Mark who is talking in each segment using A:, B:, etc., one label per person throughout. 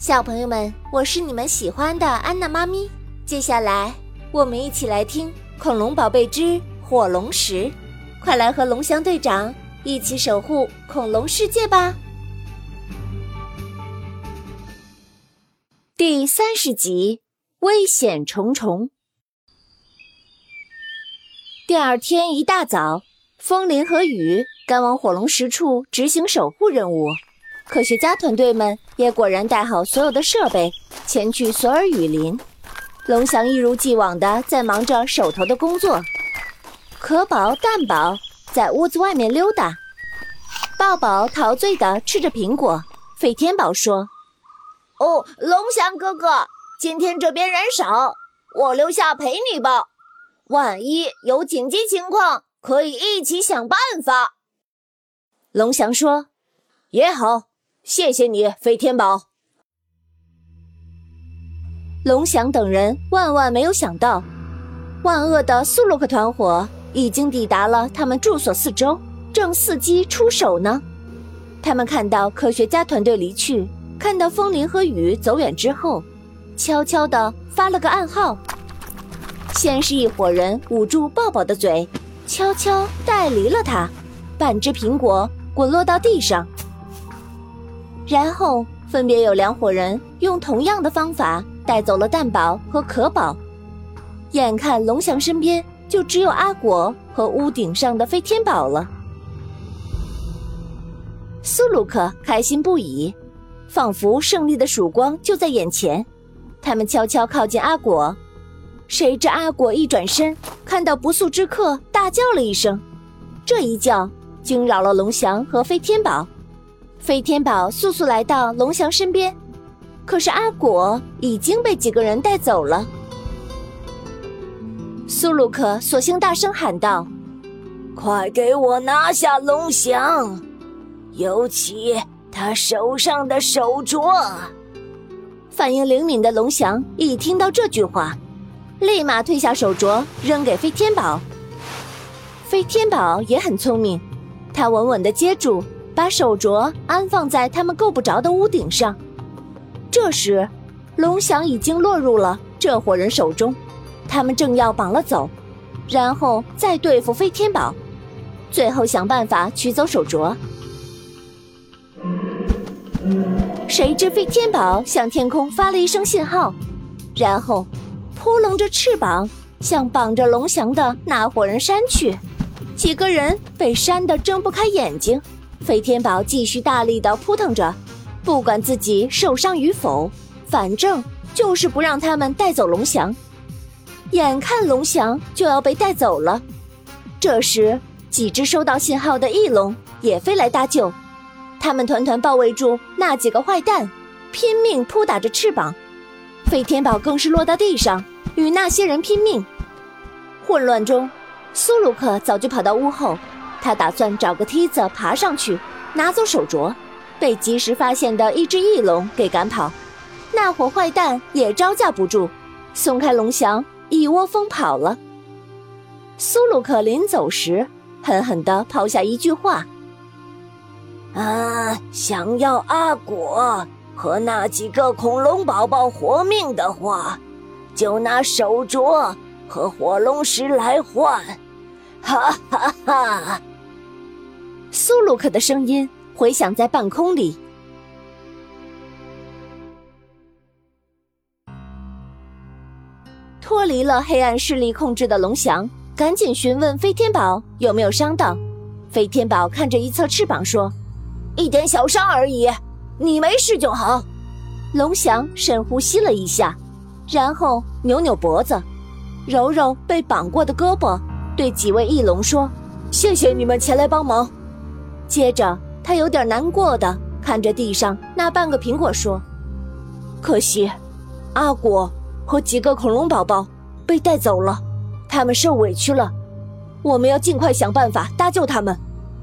A: 小朋友们，我是你们喜欢的安娜妈咪。接下来我们一起来听《恐龙宝贝之火龙石》，快来和龙翔队长一起守护恐龙世界吧。第30集，危险重重。第二天一大早，风铃和雨赶往火龙石处执行守护任务。科学家团队们也果然带好所有的设备，前去索尔雨林。龙翔一如既往地在忙着手头的工作，可宝、蛋宝在屋子外面溜达，抱抱陶醉地吃着苹果。飞天宝说：“
B: 哦，龙翔哥哥，今天这边人少，我留下陪你吧。万一有紧急情况，可以一起想办法。”
A: 龙翔说：“
B: 也好，谢谢你，飞天宝。”
A: 龙翔等人万万没有想到，万恶的苏洛克团伙已经抵达了他们住所四周，正伺机出手呢。他们看到科学家团队离去，看到风铃和雨走远之后，悄悄地发了个暗号。先是一伙人捂住抱抱的嘴，悄悄带离了他，半只苹果滚落到地上。然后分别有2伙人用同样的方法带走了蛋宝和可宝。眼看龙翔身边就只有阿果和屋顶上的飞天宝了。苏鲁克开心不已，仿佛胜利的曙光就在眼前。他们悄悄靠近阿果，谁知阿果一转身，看到不速之客，大叫了一声。这一叫惊扰了龙翔和飞天宝。飞天宝速速来到龙翔身边，可是阿果已经被几个人带走了。苏鲁克索性大声喊道：“
B: 快给我拿下龙翔，尤其他手上的手镯！”
A: 反应灵敏的龙翔一听到这句话，立马推下手镯扔给飞天宝。飞天宝也很聪明，他稳稳地接住，把手镯安放在他们够不着的屋顶上。这时龙翔已经落入了这伙人手中，他们正要绑了走，然后再对付飞天宝，最后想办法取走手镯。谁知飞天宝向天空发了一声信号，然后扑棱着翅膀向绑着龙翔的那伙人扇去。几个人被扇得睁不开眼睛，飞天宝继续大力地扑腾着，不管自己受伤与否，反正就是不让他们带走龙翔。眼看龙翔就要被带走了，这时几只收到信号的翼龙也飞来搭救，他们团团包围住那几个坏蛋，拼命扑打着翅膀。飞天宝更是落到地上，与那些人拼命。混乱中，苏鲁克早就跑到屋后，他打算找个梯子爬上去拿走手镯，被及时发现的一只翼龙给赶跑。那伙坏蛋也招架不住，松开龙翔，一窝蜂跑了。苏鲁克临走时狠狠地抛下一句话：“
B: 想要阿果和那几个恐龙宝宝活命的话，就拿手镯和火龙石来换。”哈哈哈！
A: 苏鲁克的声音回响在半空里。脱离了黑暗势力控制的龙翔赶紧询问飞天宝有没有伤到。飞天宝看着一侧翅膀说：“
B: 一点小伤而已，你没事就好。”
A: 龙翔深呼吸了一下，然后扭扭脖子，揉揉被绑过的胳膊，对几位翼龙说：“
B: 谢谢你们前来帮忙。”
A: 接着他有点难过的看着地上那半个苹果说：“可惜阿果和几个恐龙宝宝被带走了，他们受委屈了，我们要尽快想办法搭救他们。”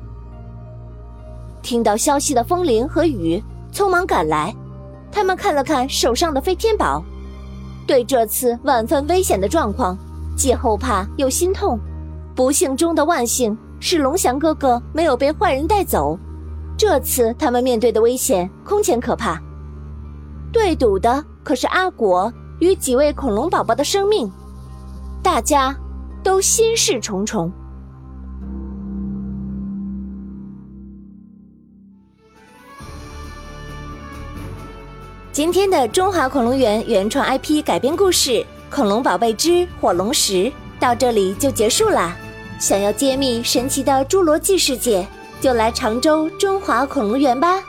A: 听到消息的风铃和雨匆忙赶来，他们看了看手上的飞天宝，对这次万分危险的状况既后怕又心痛。不幸中的万幸是龙翔哥哥没有被坏人带走，这次他们面对的危险空前可怕。 对赌的可是阿果与几位恐龙宝宝的生命，大家都心事重重。今天的中华恐龙园原创 IP 改编故事《恐龙宝贝之火龙石》到这里就结束啦。想要揭秘神奇的侏罗纪世界，就来常州中华恐龙园吧。